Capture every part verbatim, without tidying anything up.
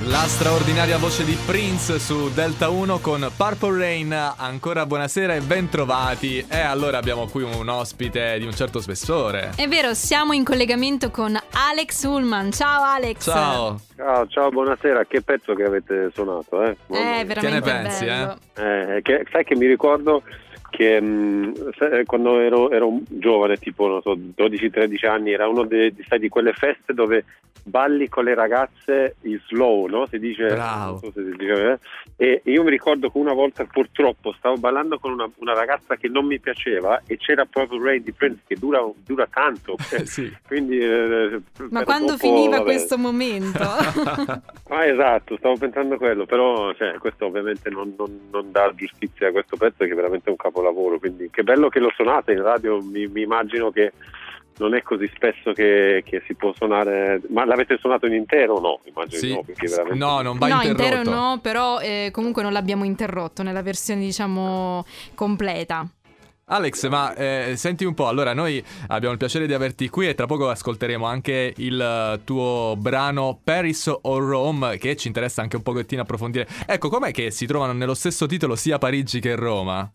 La straordinaria voce di Prince su Delta uno con Purple Rain. Ancora buonasera e bentrovati. E allora abbiamo qui un ospite di un certo spessore. È vero, siamo in collegamento con Alex Ullman. Ciao Alex. Ciao. Ciao, ciao, buonasera. Che pezzo che avete suonato, eh? Eh, veramente Che ne pensi, bello. eh? che, sai che mi ricordo che mh, quando ero, ero giovane, tipo non so, dodici tredici anni, era uno de, sai, di quelle feste dove balli con le ragazze in slow, no? Si dice, bravo. Non so se si dice, eh? E io mi ricordo che una volta purtroppo stavo ballando con una, una ragazza che non mi piaceva e c'era proprio Rain di Prince che dura, dura tanto, Eh, sì. quindi eh, Ma quando dopo, finiva vabbè. questo momento? Ah, esatto, stavo pensando quello, però cioè, questo ovviamente non, non, non dà giustizia a questo pezzo, che è veramente un capolavoro, quindi che bello che lo suonate in radio. Mi, mi immagino che non è così spesso che, che si può suonare. Ma l'avete suonato in intero o no? Immagino Sì. di no, perché veramente... No, non va No, interrotto. intero no, però eh, comunque non l'abbiamo interrotto nella versione, diciamo, completa. Alex, ma eh, senti un po', allora noi abbiamo il piacere di averti qui e tra poco ascolteremo anche il tuo brano Paris o Rome, che ci interessa anche un pochettino approfondire. Ecco, com'è che si trovano nello stesso titolo sia Parigi che Roma?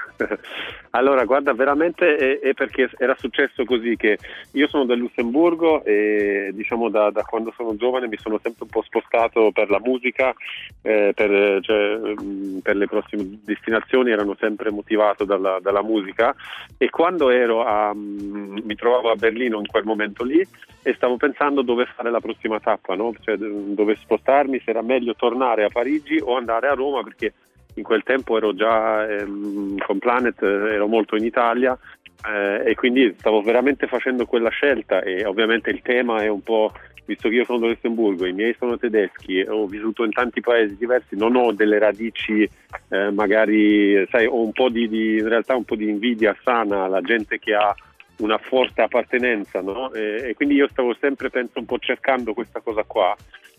Allora, guarda, veramente è, è perché era successo così, che io sono del Lussemburgo e diciamo da, da quando sono giovane mi sono sempre un po' spostato per la musica, eh, per, cioè, mh, per le prossime destinazioni erano sempre motivato dalla, dalla musica, e quando ero a, mh, mi trovavo a Berlino in quel momento lì e stavo pensando dove fare la prossima tappa, no? Cioè dove spostarmi, se era meglio tornare a Parigi o andare a Roma, perché in quel tempo ero già ehm, con Planet, ero molto in Italia eh, e quindi stavo veramente facendo quella scelta, e ovviamente il tema è un po', visto che io sono del Lussemburgo, i miei sono tedeschi, ho vissuto in tanti paesi diversi, non ho delle radici eh, magari, sai, ho un po' di, di, in realtà un po' di invidia sana alla gente che ha una forte appartenenza, no? E, e quindi io stavo sempre, penso, un po' cercando questa cosa qua.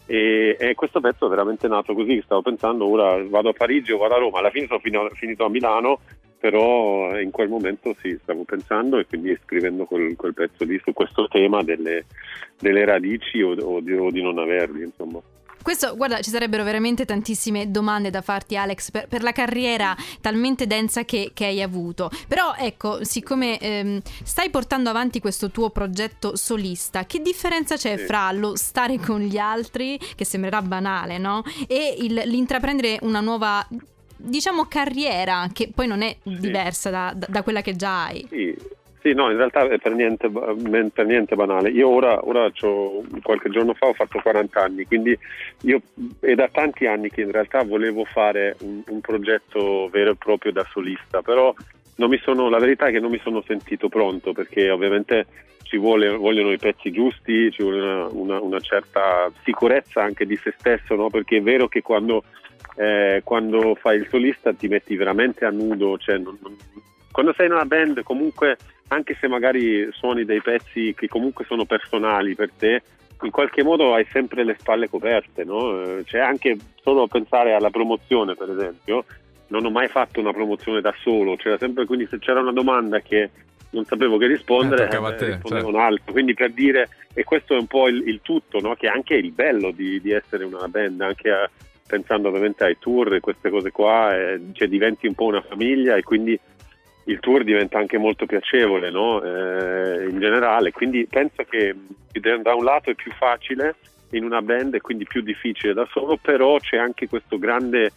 E, e questo pezzo è veramente nato così, stavo pensando ora vado a Parigi o vado a Roma, alla fine sono finito, finito a Milano, però in quel momento sì, stavo pensando e quindi scrivendo quel, quel pezzo lì su questo tema delle, delle radici o, o, di, o di non averli, insomma. Questo, guarda, ci sarebbero veramente tantissime domande da farti, Alex, per, per la carriera talmente densa che, che hai avuto. Però ecco, siccome ehm, stai portando avanti questo tuo progetto solista, che differenza c'è Sì. fra lo stare con gli altri, che sembrerà banale, no? E il, l'intraprendere una nuova, diciamo, carriera, che poi non è Sì. diversa da, da, da quella che già hai. Sì. Sì, no, in realtà è per niente, per niente banale. Io ora, ora c'ho, qualche giorno fa ho fatto quaranta anni, quindi io è da tanti anni che in realtà volevo fare un, un progetto vero e proprio da solista, però non mi sono, la verità è che non mi sono sentito pronto, perché ovviamente ci vuole, vogliono i pezzi giusti, ci vuole una, una, una certa sicurezza anche di se stesso, no? Perché è vero che quando, eh, quando fai il solista ti metti veramente a nudo, cioè non, non, quando sei in una band comunque, anche se magari suoni dei pezzi che comunque sono personali per te, in qualche modo hai sempre le spalle coperte, no? Cioè anche solo pensare alla promozione, per esempio, non ho mai fatto una promozione da solo, c'era sempre, quindi se c'era una domanda che non sapevo che rispondere, Eh, toccava a te, eh, rispondevo certo. un altro, quindi per dire, e questo è un po' il, il tutto, no? Che è anche il bello di, di essere una band, anche a, pensando ovviamente ai tour e queste cose qua, eh, cioè diventi un po' una famiglia e quindi il tour diventa anche molto piacevole, no? Eh, in generale, quindi penso che da un lato è più facile in una band e quindi più difficile da solo, però c'è anche questo grande,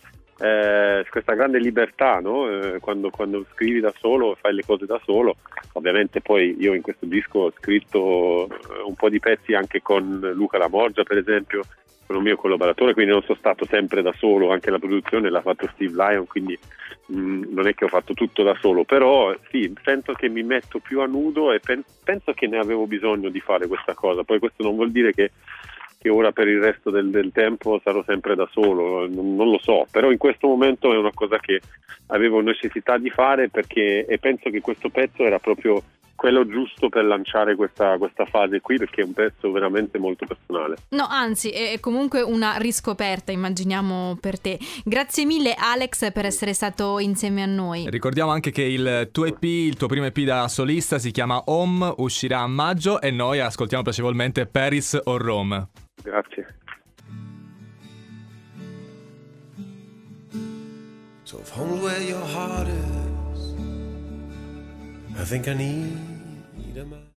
eh, questa grande libertà, no? Eh, quando, quando scrivi da solo, fai le cose da solo. Ovviamente poi io in questo disco ho scritto un po' di pezzi anche con Luca Lamorgia, per esempio, con un mio collaboratore, quindi non sono stato sempre da solo, anche la produzione l'ha fatto Steve Lyon, quindi mh, non è che ho fatto tutto da solo, però sì, sento che mi metto più a nudo e pen- penso che ne avevo bisogno di fare questa cosa. Poi questo non vuol dire che, che ora per il resto del, del tempo sarò sempre da solo, non, non lo so, però in questo momento è una cosa che avevo necessità di fare, perché e penso che questo pezzo era proprio quello giusto per lanciare questa, questa fase qui, perché è un pezzo veramente molto personale. No, anzi, è comunque una riscoperta, immaginiamo, per te. Grazie mille, Alex, per essere stato insieme a noi. Ricordiamo anche che il tuo E P, il tuo primo E P da solista, si chiama Home, uscirà a maggio e noi ascoltiamo piacevolmente Paris o Rome. Grazie. So if home's where your heart is, I think I need a man.